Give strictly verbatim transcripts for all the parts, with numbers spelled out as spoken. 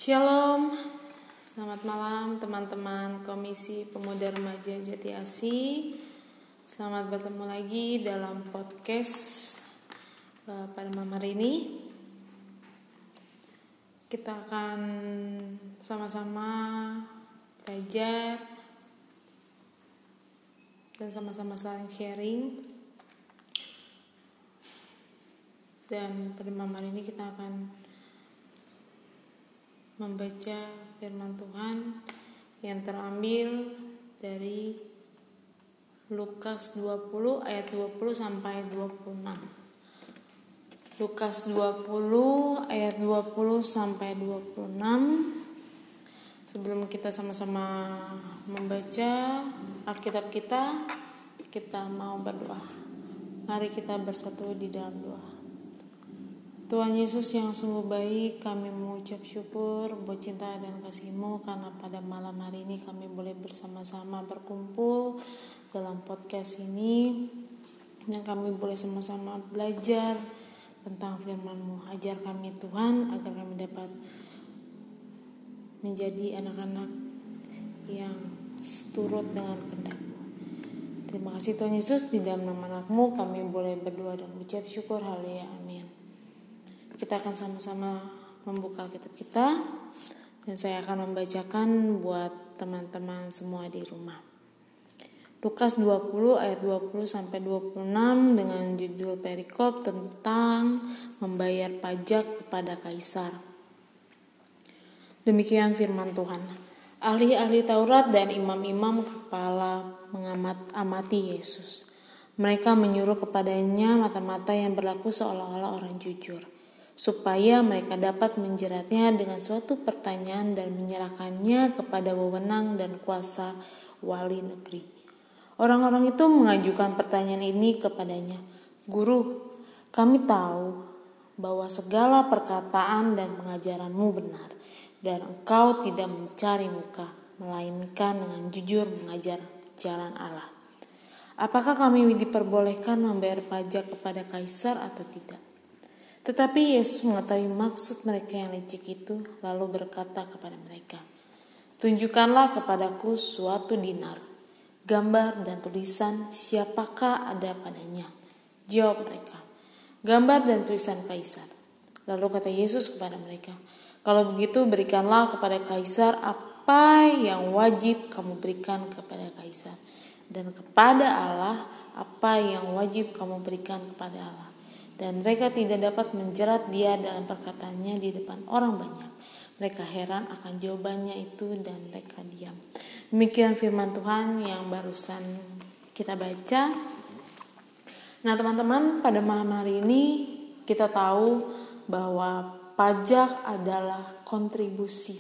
Shalom, selamat malam teman-teman Komisi Pemuda Remaja Jati Asih. Selamat bertemu lagi dalam podcast uh, pada malam hari ini. Kita akan sama-sama belajar dan sama-sama saling sharing. Dan pada malam hari ini kita akan membaca firman Tuhan yang terambil dari Lukas dua puluh ayat dua puluh sampai dua puluh enam. Lukas dua puluh ayat dua puluh sampai dua puluh enam. Sebelum kita sama-sama membaca Alkitab kita, kita mau berdoa. Mari kita bersatu di dalam doa. Tuhan Yesus yang sungguh baik, kami mengucap syukur buat cinta dan kasih-Mu karena pada malam hari ini kami boleh bersama-sama berkumpul dalam podcast ini dan kami boleh sama-sama belajar tentang firman-Mu. Ajar kami Tuhan agar kami dapat menjadi anak-anak yang turut dengan kehendak-Mu. Terima kasih Tuhan Yesus, di dalam nama anak-Mu kami boleh berdoa dan mengucap syukur. Haleluya, amin. Kita akan sama-sama membuka kitab kita dan saya akan membacakan buat teman-teman semua di rumah. Lukas dua puluh ayat dua puluh sampai dua puluh enam dengan judul perikop tentang membayar pajak kepada kaisar. Demikian firman Tuhan. Ahli-ahli Taurat dan imam-imam kepala mengamati Yesus. Mereka menyuruh kepadanya mata-mata yang berlaku seolah-olah orang jujur, supaya mereka dapat menjeratnya dengan suatu pertanyaan dan menyerahkannya kepada wewenang dan kuasa wali negeri. Orang-orang itu mengajukan pertanyaan ini kepadanya. Guru, kami tahu bahwa segala perkataan dan pengajaranmu benar, dan engkau tidak mencari muka, melainkan dengan jujur mengajar jalan Allah. Apakah kami diperbolehkan membayar pajak kepada kaisar atau tidak? Tetapi Yesus mengetahui maksud mereka yang licik itu, lalu berkata kepada mereka, tunjukkanlah kepadaku suatu dinar, gambar dan tulisan siapakah ada padanya. Jawab mereka, gambar dan tulisan kaisar. Lalu kata Yesus kepada mereka, kalau begitu berikanlah kepada kaisar apa yang wajib kamu berikan kepada kaisar, dan kepada Allah apa yang wajib kamu berikan kepada Allah. Dan mereka tidak dapat menjerat dia dalam perkataannya di depan orang banyak. Mereka heran akan jawabannya itu dan mereka diam. Demikian firman Tuhan yang barusan kita baca. Nah teman-teman, pada malam hari ini kita tahu bahwa pajak adalah kontribusi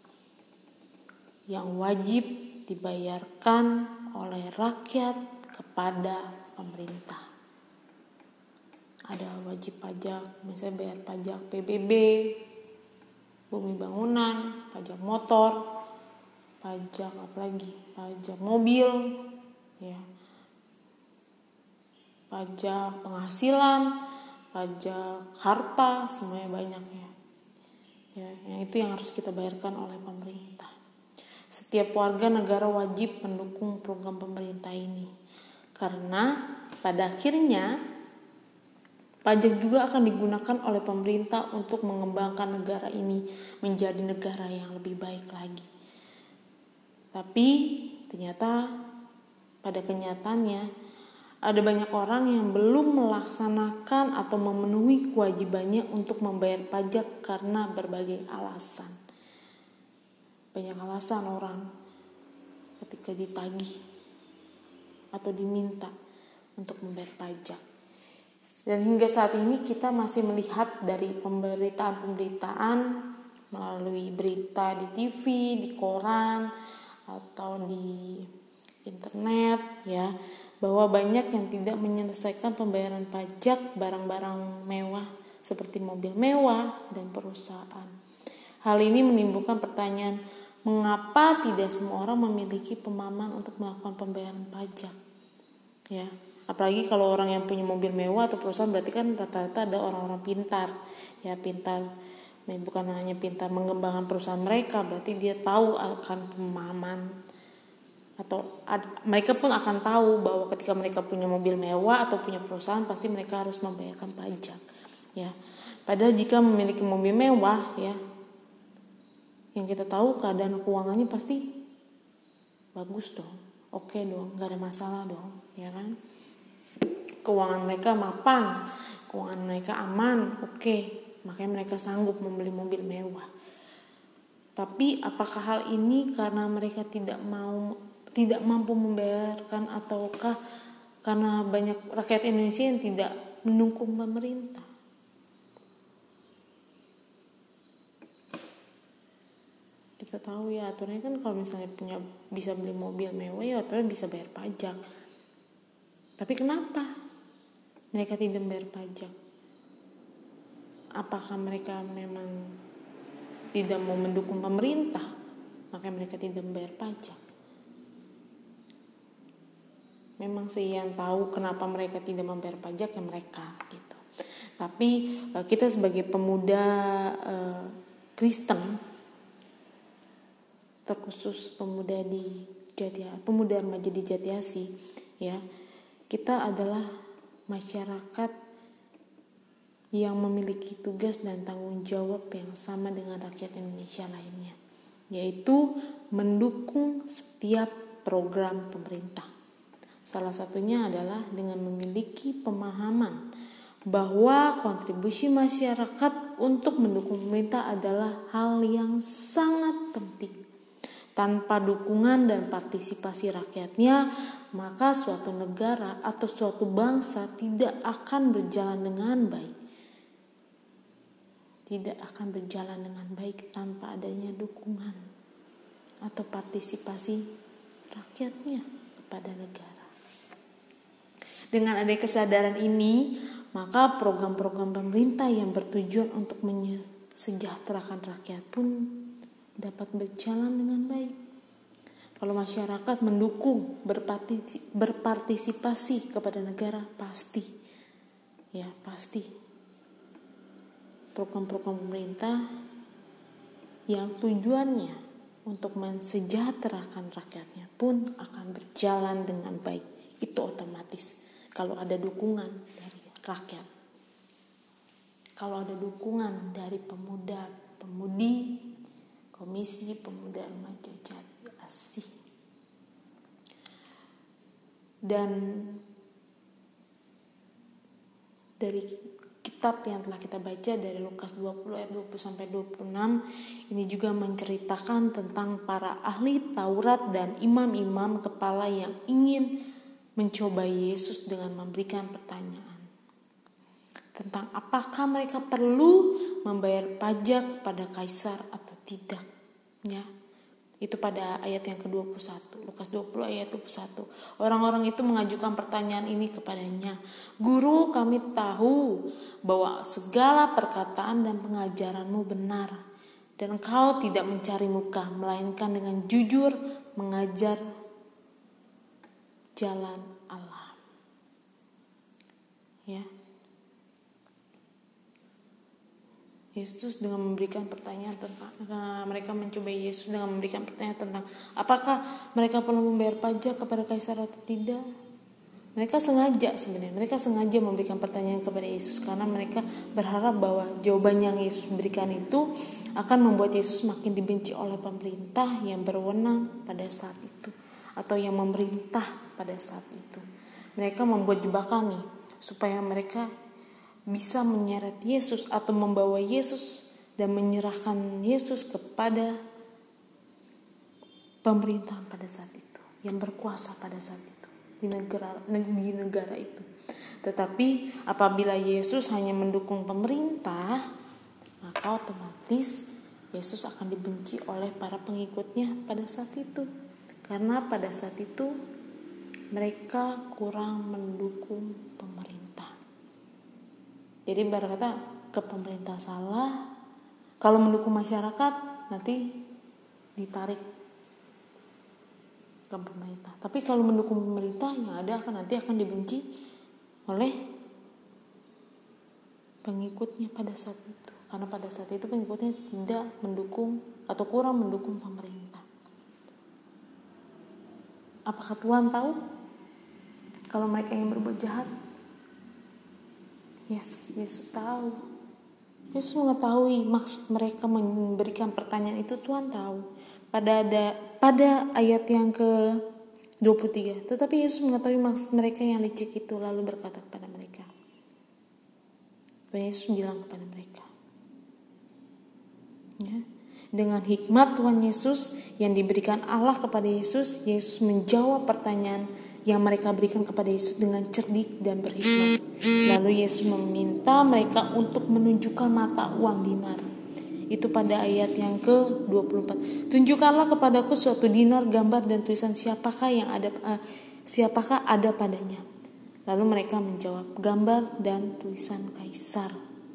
yang wajib dibayarkan oleh rakyat kepada pemerintah. Ada wajib pajak, misalnya bayar pajak P B B, bumi bangunan, pajak motor, pajak apa lagi, pajak mobil, ya, pajak penghasilan, pajak harta, semuanya banyak ya. Ya, yang itu yang harus kita bayarkan oleh pemerintah. Setiap warga negara wajib mendukung program pemerintah ini, karena pada akhirnya pajak juga akan digunakan oleh pemerintah untuk mengembangkan negara ini menjadi negara yang lebih baik lagi. Tapi ternyata pada kenyataannya ada banyak orang yang belum melaksanakan atau memenuhi kewajibannya untuk membayar pajak karena berbagai alasan. Banyak alasan orang ketika ditagih atau diminta untuk membayar pajak. Dan hingga saat ini kita masih melihat dari pemberitaan-pemberitaan melalui berita di T V, di koran, atau di internet ya, bahwa banyak yang tidak menyelesaikan pembayaran pajak barang-barang mewah seperti mobil mewah dan perusahaan. Hal ini menimbulkan pertanyaan, mengapa tidak semua orang memiliki pemahaman untuk melakukan pembayaran pajak? Ya. Apalagi kalau orang yang punya mobil mewah atau perusahaan, berarti kan rata-rata ada orang-orang pintar, ya pintar bukan hanya pintar mengembangkan perusahaan mereka, berarti dia tahu akan pemahaman atau ad, mereka pun akan tahu bahwa ketika mereka punya mobil mewah atau punya perusahaan pasti mereka harus membayarkan pajak, ya. Padahal jika memiliki mobil mewah, ya, yang kita tahu keadaan keuangannya pasti bagus dong, oke dong, nggak ada masalah dong, ya kan? Keuangan mereka mapan, keuangan mereka aman, oke, makanya mereka sanggup membeli mobil mewah. Tapi apakah hal ini karena mereka tidak mau tidak mampu membayarkan ataukah karena banyak rakyat Indonesia yang tidak mendukung pemerintah? Kita tahu ya aturannya kan kalau misalnya punya bisa beli mobil mewah ya aturannya bisa bayar pajak. Tapi kenapa mereka tidak bayar pajak? Apakah mereka memang tidak mau mendukung pemerintah makanya mereka tidak membayar pajak? Memang sih yang tahu kenapa mereka tidak membayar pajak ya mereka gitu. Tapi kita sebagai pemuda eh, Kristen, terkhusus pemuda di Jatiasi, pemuda remaja di Jatiasi, ya, kita adalah masyarakat yang memiliki tugas dan tanggung jawab yang sama dengan rakyat Indonesia lainnya, yaitu mendukung setiap program pemerintah. Salah satunya adalah dengan memiliki pemahaman bahwa kontribusi masyarakat untuk mendukung pemerintah adalah hal yang sangat penting. Tanpa dukungan dan partisipasi rakyatnya, maka suatu negara atau suatu bangsa tidak akan berjalan dengan baik. Tidak akan berjalan dengan baik tanpa adanya dukungan atau partisipasi rakyatnya kepada negara. Dengan adanya kesadaran ini, maka program-program pemerintah yang bertujuan untuk mensejahterakan rakyat pun dapat berjalan dengan baik. Kalau masyarakat mendukung, berpartisipasi kepada negara, pasti, ya pasti program-program pemerintah yang tujuannya untuk mensejahterakan rakyatnya pun akan berjalan dengan baik. Itu otomatis kalau ada dukungan dari rakyat, kalau ada dukungan dari pemuda-pemudi Komisi Pemuda Remaja Jatiasi. Dan dari kitab yang telah kita baca dari Lukas dua puluh ayat dua puluh sampai dua puluh enam ini juga menceritakan tentang para ahli Taurat dan imam-imam kepala yang ingin mencoba Yesus dengan memberikan pertanyaan tentang apakah mereka perlu membayar pajak pada kaisar atau tidak, ya. Itu pada ayat yang ke dua puluh satu, Lukas dua puluh ayat dua puluh satu. Orang-orang itu mengajukan pertanyaan ini kepadanya. Guru, kami tahu bahwa segala perkataan dan pengajaranmu benar, dan engkau tidak mencari muka, melainkan dengan jujur mengajar jalan Allah. Ya. Yesus dengan memberikan pertanyaan tentang nah, mereka mencoba Yesus dengan memberikan pertanyaan tentang apakah mereka perlu membayar pajak kepada kaisar atau tidak. Mereka sengaja sebenarnya mereka sengaja memberikan pertanyaan kepada Yesus karena mereka berharap bahwa jawaban yang Yesus berikan itu akan membuat Yesus makin dibenci oleh pemerintah yang berwenang pada saat itu atau yang memerintah pada saat itu. Mereka membuat jebakan nih supaya mereka bisa menyeret Yesus atau membawa Yesus dan menyerahkan Yesus kepada pemerintahan pada saat itu yang berkuasa pada saat itu di negara di negara itu. Tetapi apabila Yesus hanya mendukung pemerintah, maka otomatis Yesus akan dibenci oleh para pengikutnya pada saat itu. Karena pada saat itu mereka kurang mendukung pemerintah. Jadi berkata ke pemerintah salah, kalau mendukung masyarakat nanti ditarik ke pemerintah. Tapi kalau mendukung pemerintah yang ada akan nanti akan dibenci oleh pengikutnya pada saat itu. karena pada saat itu pengikutnya tidak mendukung atau kurang mendukung pemerintah. Apakah Tuhan tahu kalau mereka yang berbuat jahat? Yes, Yesus tahu. Yesus mengetahui maksud mereka memberikan pertanyaan itu. Tuhan tahu. Pada ada pada ayat yang ke dua puluh tiga, tetapi Yesus mengetahui maksud mereka yang licik itu, lalu berkata kepada mereka. Tuhan Yesus bilang kepada mereka, ya, dengan hikmat Tuhan Yesus yang diberikan Allah kepada Yesus, Yesus menjawab pertanyaan yang mereka berikan kepada Yesus dengan cerdik dan berhikmat. Lalu Yesus meminta mereka untuk menunjukkan mata uang dinar. Itu pada ayat yang ke dua puluh empat. Tunjukkanlah kepadaku suatu dinar, gambar dan tulisan siapakah yang ada uh, siapakah ada padanya. Lalu mereka menjawab, gambar dan tulisan kaisar.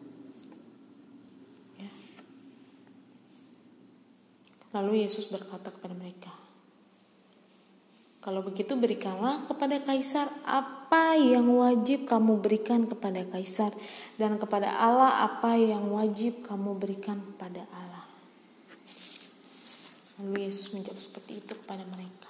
Ya. Lalu Yesus berkata kepada mereka, kalau begitu berikanlah kepada kaisar apa yang wajib kamu berikan kepada kaisar, dan kepada Allah apa yang wajib kamu berikan kepada Allah. Lalu Yesus menjawab seperti itu kepada mereka.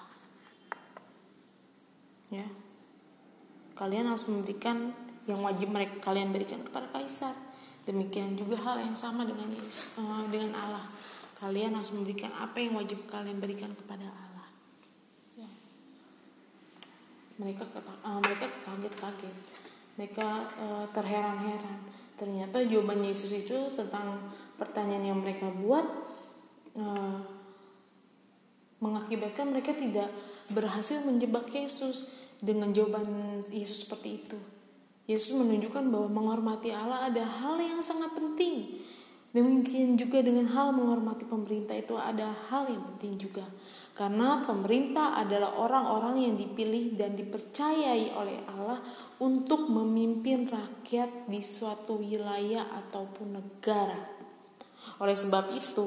Ya. Kalian harus memberikan yang wajib mereka kalian berikan kepada kaisar. Demikian juga hal yang sama dengan Yesus, uh, dengan Allah. Kalian harus memberikan apa yang wajib kalian berikan kepada Allah. Ya. Mereka uh, mereka kaget-kaget. Mereka uh, terheran-heran. Ternyata jawaban Yesus itu tentang pertanyaan yang mereka buat uh, mengakibatkan mereka tidak berhasil menjebak Yesus. Dengan jawaban Yesus seperti itu, Yesus menunjukkan bahwa menghormati Allah ada hal yang sangat penting. Demikian juga dengan hal menghormati pemerintah itu ada hal yang penting juga. Karena pemerintah adalah orang-orang yang dipilih dan dipercayai oleh Allah untuk memimpin rakyat di suatu wilayah ataupun negara. Oleh sebab itu,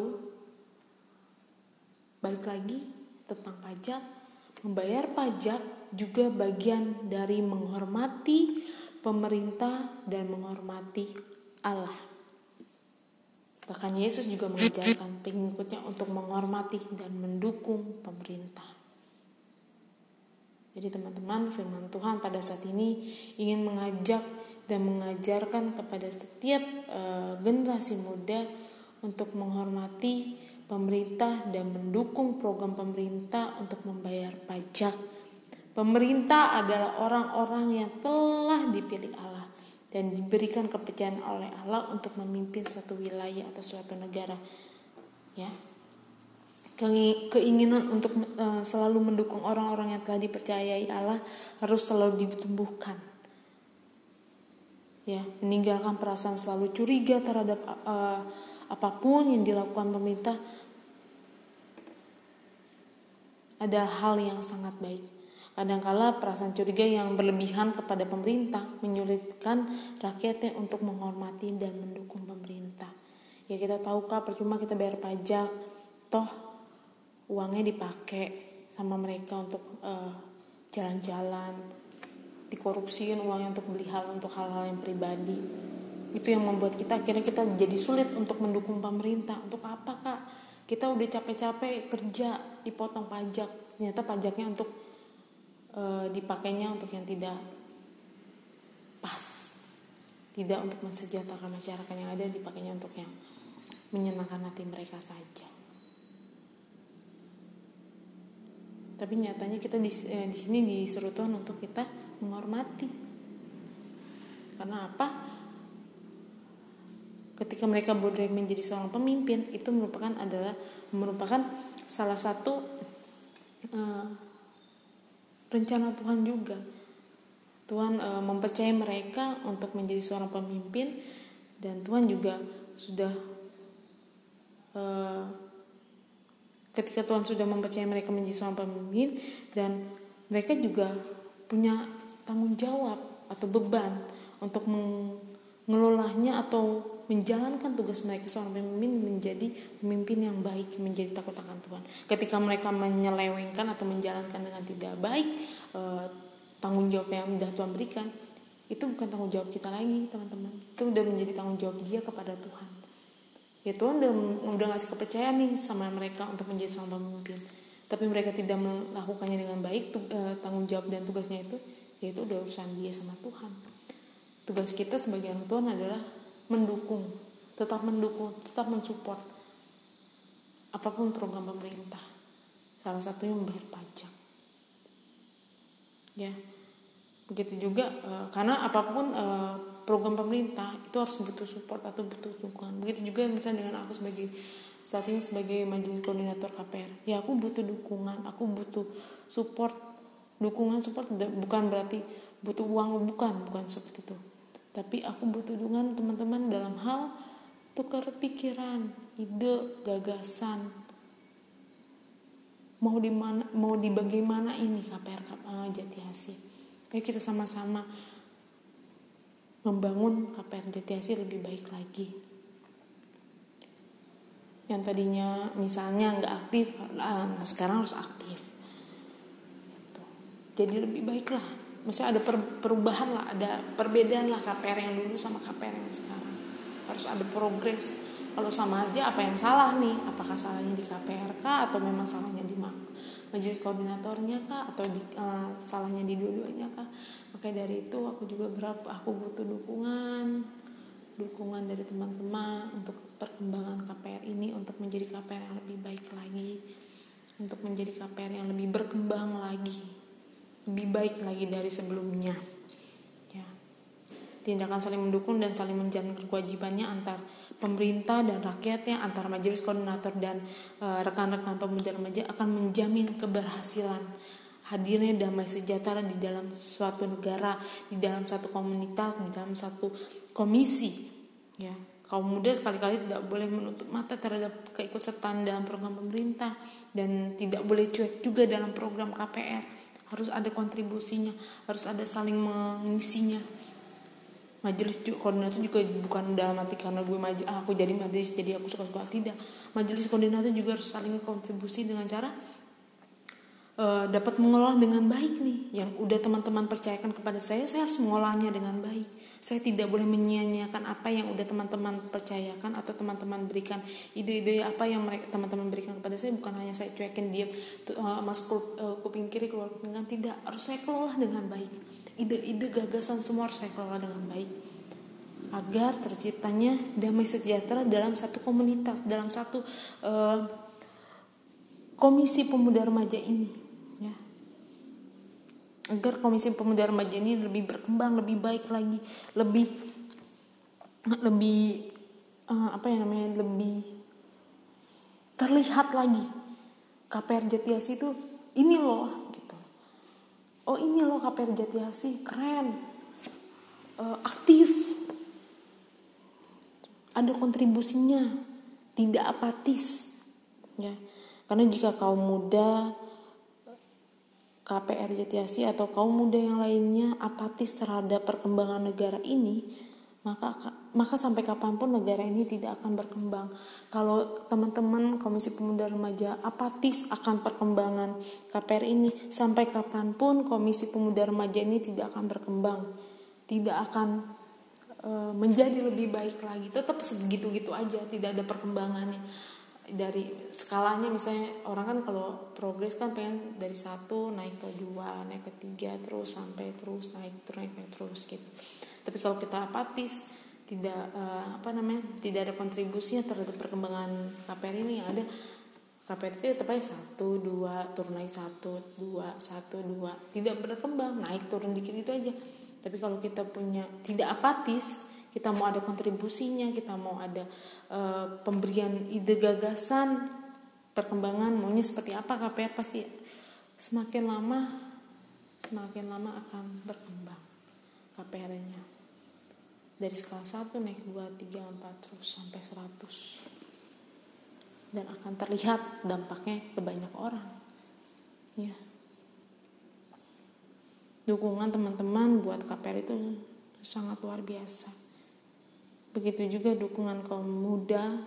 balik lagi tentang pajak, membayar pajak juga bagian dari menghormati pemerintah dan menghormati Allah. Bahkan Yesus juga mengajarkan pengikutnya untuk menghormati dan mendukung pemerintah. Jadi teman-teman, firman Tuhan pada saat ini ingin mengajak dan mengajarkan kepada setiap uh, generasi muda untuk menghormati pemerintah dan mendukung program pemerintah untuk membayar pajak. Pemerintah adalah orang-orang yang telah dipilih Allah dan diberikan kepercayaan oleh Allah untuk memimpin satu wilayah atau suatu negara. Ya. Keinginan untuk uh, selalu mendukung orang-orang yang telah dipercayai Allah harus selalu ditumbuhkan. Ya, meninggalkan perasaan selalu curiga terhadap uh, apapun yang dilakukan pemerintah ada hal yang sangat baik. Kadangkala perasaan curiga yang berlebihan kepada pemerintah menyulitkan rakyatnya untuk menghormati dan mendukung pemerintah. Ya kita tahu kah, percuma kita bayar pajak, toh uangnya dipakai sama mereka untuk uh, jalan-jalan, dikorupsiin uangnya untuk beli hal untuk hal-hal yang pribadi. Itu yang membuat kita akhirnya kita jadi sulit untuk mendukung pemerintah. Untuk apa kak? Kita udah capek-capek kerja, dipotong pajak, ternyata pajaknya untuk E, dipakainya untuk yang tidak pas, tidak untuk mensejahterakan masyarakat yang ada, dipakainya untuk yang menyenangkan hati mereka saja. Tapi nyatanya kita di, eh, di sini disuruh Tuhan untuk kita menghormati. Karena apa? Ketika mereka boleh menjadi seorang pemimpin, itu merupakan adalah merupakan salah satu eh, rencana Tuhan juga. Tuhan e, mempercayai mereka untuk menjadi seorang pemimpin, dan Tuhan juga sudah e, ketika Tuhan sudah mempercayai mereka menjadi seorang pemimpin, dan mereka juga punya tanggung jawab atau beban untuk mengelolanya atau menjalankan tugas mereka seorang pemimpin menjadi pemimpin yang baik, menjadi takut akan Tuhan. Ketika mereka menyelewengkan atau menjalankan dengan tidak baik eh, tanggung jawab yang sudah Tuhan berikan, itu bukan tanggung jawab kita lagi teman-teman. Itu sudah menjadi tanggung jawab dia kepada Tuhan. Ya Tuhan udah, udah ngasih kepercayaan nih sama mereka untuk menjadi seorang pemimpin, tapi mereka tidak melakukannya dengan baik, tu, uh, tanggung jawab dan tugasnya itu, ya itu udah urusan dia sama Tuhan. Tugas kita sebagai anak Tuhan adalah mendukung, tetap mendukung, tetap mensupport apapun program pemerintah. Salah satunya membayar pajak. Ya, begitu juga uh, karena apapun uh, program pemerintah itu harus butuh support atau butuh dukungan. Begitu juga misalnya dengan aku sebagai saat ini sebagai majelis koordinator K P R, ya aku butuh dukungan, aku butuh support. Dukungan support bukan berarti butuh uang, bukan, bukan seperti itu. Tapi aku butuh dukungan teman-teman dalam hal tukar pikiran, ide, gagasan. Mau di mana, mau di bagaimana ini K P R uh, Jatiasih. Ayo kita sama-sama membangun K P R Jatiasih lebih baik lagi. Yang tadinya misalnya nggak aktif, nah sekarang harus aktif. Gitu. Jadi lebih baik lah. Maksudnya ada perubahan lah, ada perbedaan lah K P R yang dulu sama K P R yang sekarang. Harus ada progres. Kalau sama aja apa yang salah nih? Apakah salahnya di K P R kah atau memang salahnya di majelis koordinatornya kah atau di, uh, salahnya di dua-duanya kah? Makanya dari itu aku juga berharap aku butuh dukungan, dukungan dari teman-teman untuk perkembangan K P R ini, untuk menjadi K P R yang lebih baik lagi, untuk menjadi K P R yang lebih berkembang lagi, lebih baik lagi dari sebelumnya. Ya. Tindakan saling mendukung dan saling menjalankan kewajibannya antar pemerintah dan rakyatnya, antar majelis koordinator dan uh, rekan-rekan pemuda remaja akan menjamin keberhasilan hadirnya damai sejahtera di dalam suatu negara, di dalam satu komunitas, di dalam satu komisi. Ya, kaum muda sekali-kali tidak boleh menutup mata terhadap keikutsertaan dalam program pemerintah dan tidak boleh cuek juga dalam program K P R. Harus ada kontribusinya, harus ada saling mengisinya. Majelis koordinator juga bukan dalam arti karena gue maj- aku jadi majelis jadi aku suka-suka, tidak. Majelis koordinator juga harus saling kontribusi dengan cara uh, dapat mengolah dengan baik nih. Yang udah teman-teman percayakan kepada saya, saya harus mengolahnya dengan baik. Saya tidak boleh menyia-nyiakan apa yang udah teman-teman percayakan atau teman-teman berikan, ide-ide apa yang mereka teman-teman berikan kepada saya, bukan hanya saya cuekin diam uh, masuk uh, kuping kiri keluar kuping kanan, tidak. Harus saya kelola dengan baik. Ide-ide gagasan semua harus saya kelola dengan baik agar terciptanya damai sejahtera dalam satu komunitas, dalam satu uh, komisi pemuda remaja ini, ya. Agar komisi pemuda remaja ini lebih berkembang, lebih baik lagi, lebih lebih uh, apa ya namanya, lebih terlihat lagi. K P R Jatiasih itu ini loh, gitu. Oh ini loh K P R Jatiasih, keren, uh, aktif, ada kontribusinya, tidak apatis, ya. Karena jika kaum muda K P R Jatiasih atau kaum muda yang lainnya apatis terhadap perkembangan negara ini, maka maka sampai kapanpun negara ini tidak akan berkembang. Kalau teman-teman Komisi Pemuda Remaja apatis akan perkembangan K P R ini, sampai kapanpun Komisi Pemuda Remaja ini tidak akan berkembang, tidak akan e, menjadi lebih baik lagi, tetap segitu-gitu aja, tidak ada perkembangannya. Dari skalanya misalnya orang kan kalau progres kan pengen dari satu naik ke dua, naik ke tiga, terus sampai terus naik terus naik, naik terus gitu. Tapi kalau kita apatis, tidak uh, apa namanya, tidak ada kontribusinya terhadap perkembangan K P R ini, yang ada K P R itu tetap aja satu dua turun naik satu dua satu dua, tidak berkembang, naik turun dikit itu aja. Tapi kalau kita punya tidak apatis, kita mau ada kontribusinya, kita mau ada uh, pemberian ide gagasan perkembangan maunya seperti apa, K P R pasti semakin lama semakin lama akan berkembang K P R-nya. Dari skala satu naik dua, tiga, empat terus sampai seratus. Dan akan terlihat dampaknya ke banyak orang. Ya. Dukungan teman-teman buat K P R itu sangat luar biasa. Begitu juga dukungan kaum muda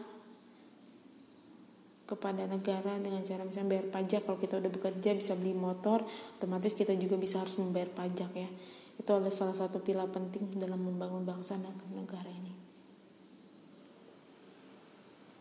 kepada negara dengan cara misalnya bayar pajak. Kalau kita udah bekerja bisa beli motor, otomatis kita juga bisa harus membayar pajak, ya. Itu adalah salah satu pilar penting dalam membangun bangsa dan negara ini.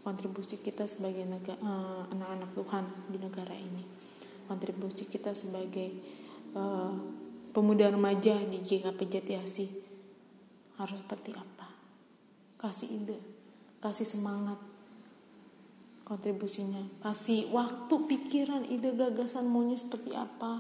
kontribusi kita sebagai negara, uh, anak-anak Tuhan di negara ini, kontribusi kita sebagai uh, pemuda remaja di G K P Jatiasih harus seperti apa. Kasih ide, kasih semangat kontribusinya, kasih waktu, pikiran, ide, gagasan maunya seperti apa.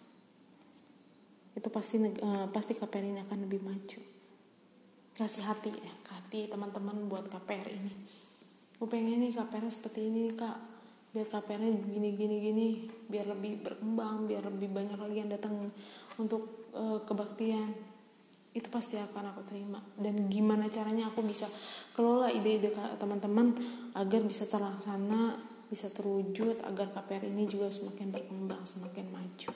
Itu pasti uh, pasti K P R ini akan lebih maju. Kasih hati ya, hati teman-teman buat K P R ini. Aku pengen nih K P R seperti ini Kak, biar K P R-nya gini gini gini, biar lebih berkembang, biar lebih banyak lagi yang datang untuk uh, kebaktian. Itu pasti akan aku terima. Dan gimana caranya aku bisa kelola ide-ide teman-teman agar bisa terlaksana, bisa terwujud, agar K P R ini juga semakin berkembang, semakin maju.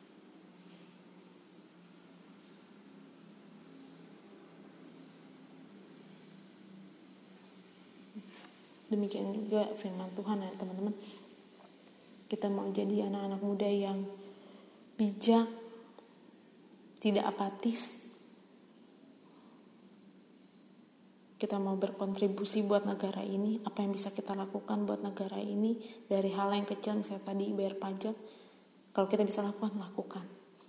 Demikian juga firman Tuhan ya teman-teman. Kita mau jadi anak-anak muda yang bijak, tidak apatis. Kita mau berkontribusi buat negara ini. Apa yang bisa kita lakukan buat negara ini, dari hal yang kecil misalnya tadi bayar pajak. Kalau kita bisa lakukan, lakukan.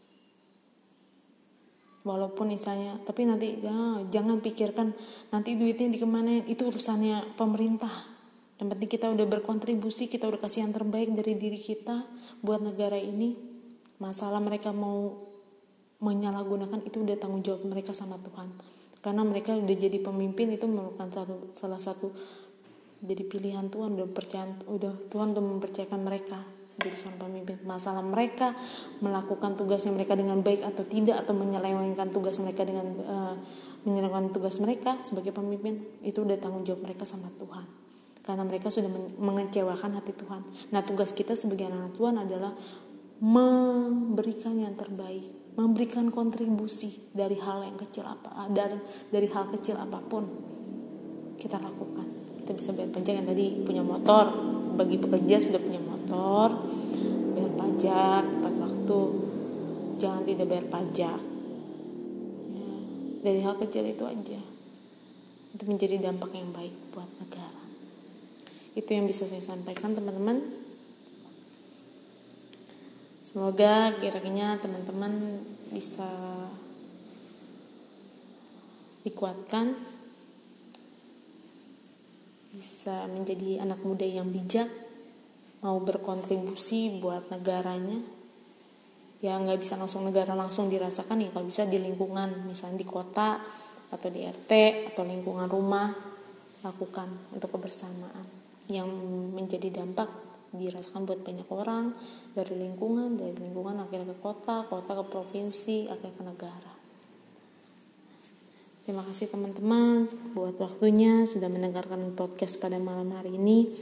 Walaupun misalnya, tapi nanti ya, jangan pikirkan nanti duitnya dikemanain, itu urusannya pemerintah. Yang penting kita udah berkontribusi, kita udah kasih yang terbaik dari diri kita buat negara ini. Masalah mereka mau menyalahgunakan, itu udah tanggung jawab mereka sama Tuhan. Karena mereka udah jadi pemimpin, itu merupakan satu, salah satu jadi pilihan Tuhan. Udah percaya, udah Tuhan udah mempercayakan mereka jadi seorang pemimpin. Masalah mereka melakukan tugasnya mereka dengan baik atau tidak, atau menyelewengkan tugas mereka dengan uh, menyelewengkan tugas mereka sebagai pemimpin, itu udah tanggung jawab mereka sama Tuhan. Karena mereka sudah mengecewakan hati Tuhan. Nah, tugas kita sebagai anak Tuhan adalah memberikan yang terbaik, memberikan kontribusi dari hal yang kecil apa, dari dari hal kecil apapun kita lakukan. Kita bisa bayar pajak, yang tadi punya motor, bagi pekerja sudah punya motor, bayar pajak tepat waktu, jangan tidak bayar pajak. Ya, dari hal kecil itu aja, itu menjadi dampak yang baik buat negara. Itu yang bisa saya sampaikan teman-teman. Semoga kiranya teman-teman bisa dikuatkan, bisa menjadi anak muda yang bijak, mau berkontribusi buat negaranya. Ya nggak bisa langsung negara langsung dirasakan, ya kalau bisa di lingkungan, misalnya di kota atau di R T atau lingkungan rumah, lakukan untuk kebersamaan yang menjadi dampak dirasakan buat banyak orang, dari lingkungan, dari lingkungan akhirnya ke kota, kota ke provinsi, akhirnya ke negara. Terima kasih teman-teman buat waktunya sudah mendengarkan podcast pada malam hari ini.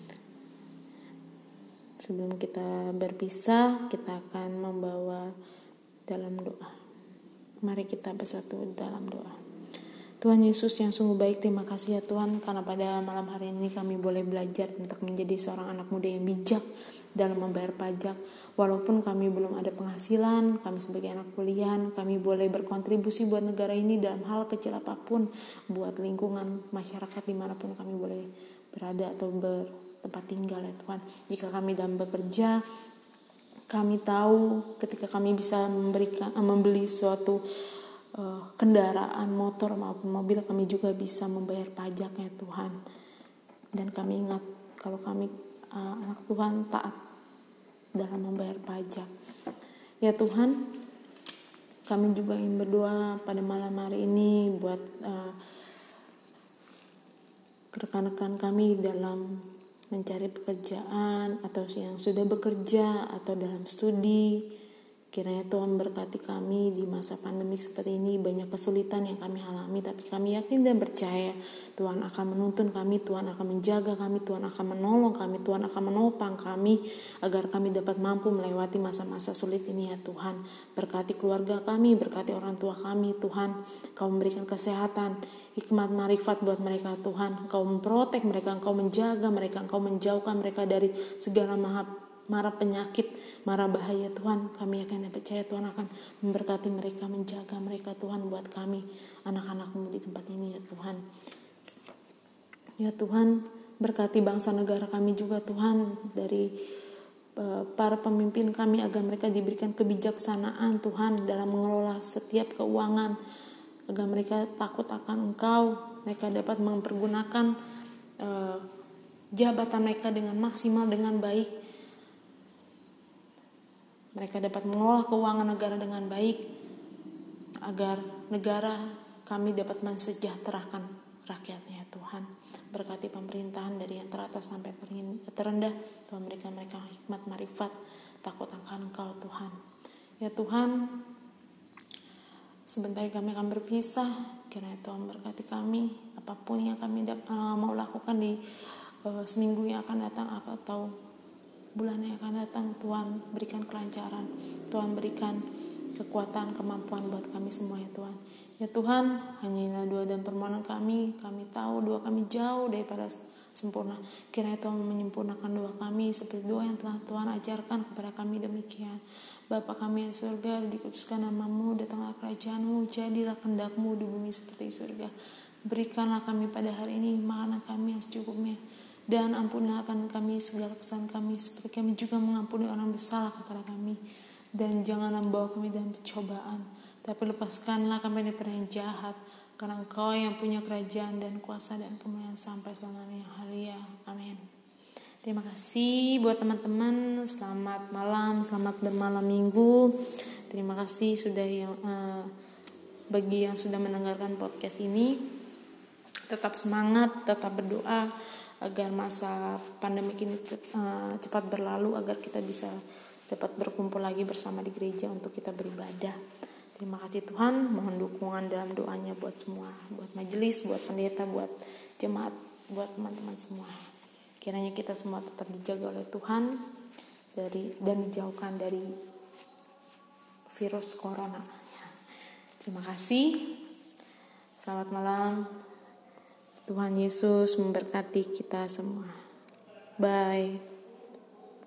Sebelum kita berpisah, kita akan membawa dalam doa. Mari kita bersatu dalam doa. Tuhan Yesus yang sungguh baik, terima kasih ya Tuhan, karena pada malam hari ini kami boleh belajar untuk menjadi seorang anak muda yang bijak dalam membayar pajak. Walaupun kami belum ada penghasilan, kami sebagai anak kuliah, kami boleh berkontribusi buat negara ini dalam hal kecil apapun, buat lingkungan masyarakat dimanapun kami boleh berada atau bertempat tinggal ya Tuhan. Jika kami dalam bekerja, kami tahu ketika kami bisa memberikan, membeli suatu Uh, kendaraan motor maupun mobil, kami juga bisa membayar pajak ya Tuhan. Dan kami ingat kalau kami uh, anak Tuhan taat dalam membayar pajak ya Tuhan. Kami juga ingin berdoa pada malam hari ini buat uh, rekan-rekan kami dalam mencari pekerjaan, atau yang sudah bekerja atau dalam studi. Kiranya Tuhan berkati kami di masa pandemik seperti ini. Banyak kesulitan yang kami alami, tapi kami yakin dan percaya Tuhan akan menuntun kami, Tuhan akan menjaga kami, Tuhan akan menolong kami, Tuhan akan menopang kami agar kami dapat mampu melewati masa-masa sulit ini ya Tuhan. Berkati keluarga kami, berkati orang tua kami Tuhan. Kau memberikan kesehatan, hikmat, marifat buat mereka Tuhan. Kau memprotek mereka, Engkau menjaga mereka, Engkau menjauhkan mereka dari segala maha mara penyakit, mara bahaya Tuhan. Kami akan percaya Tuhan akan memberkati mereka, menjaga mereka Tuhan buat kami anak-anak-Mu di tempat ini ya Tuhan. Ya Tuhan, Berkati bangsa negara kami juga Tuhan, dari uh, para pemimpin kami agar mereka diberikan kebijaksanaan Tuhan dalam mengelola setiap keuangan, agar mereka takut akan Engkau, mereka dapat mempergunakan uh, jabatan mereka dengan maksimal, dengan baik. Mereka dapat mengelola keuangan negara dengan baik, agar negara kami dapat mensejahterakan rakyatnya Tuhan. Berkati pemerintahan dari yang teratas sampai terendah, Tuhan berikan mereka hikmat, marifat, takut akan Engkau Tuhan. Ya Tuhan, sebentar kami akan berpisah, kiranya Tuhan berkati kami, apapun yang kami dapat, uh, mau lakukan di uh, seminggu yang akan datang atau bulan yang akan datang. Tuhan berikan kelancaran, Tuhan berikan kekuatan, kemampuan buat kami semua ya Tuhan. Ya Tuhan, hanya inilah doa dan permohonan kami. Kami tahu doa kami jauh daripada sempurna. Kiranya Tuhan menyempurnakan doa kami seperti doa yang telah Tuhan ajarkan kepada kami demikian. Bapa kami yang surga, dikuduskan namamu, datanglah kerajaanmu, jadilah kehendakmu di bumi seperti di surga. Berikanlah kami pada hari ini makanan kami yang secukupnya, dan ampunilah akan kami segala kesalahan kami, seperti kami juga mengampuni orang bersalah kepada kami. Dan janganlah membawa kami dalam pencobaan, tapi lepaskanlah kami dari yang jahat, karena Engkau yang punya kerajaan dan kuasa dan kemuliaan sampai selamanya. Haleluya. Amin. Terima kasih buat teman-teman. Selamat malam, selamat bermalam minggu. Terima kasih sudah yang uh, bagi yang sudah mendengarkan podcast ini. Tetap semangat, tetap berdoa agar masa pandemi ini uh, cepat berlalu, agar kita bisa dapat berkumpul lagi bersama di gereja untuk kita beribadah. Terima kasih Tuhan, mohon dukungan dalam doanya buat semua, buat majelis, buat pendeta, buat jemaat, buat teman-teman semua. Kiranya kita semua tetap dijaga oleh Tuhan dari dan dijauhkan dari virus corona. Terima kasih. Selamat malam. Tuhan Yesus memberkati kita semua. Bye.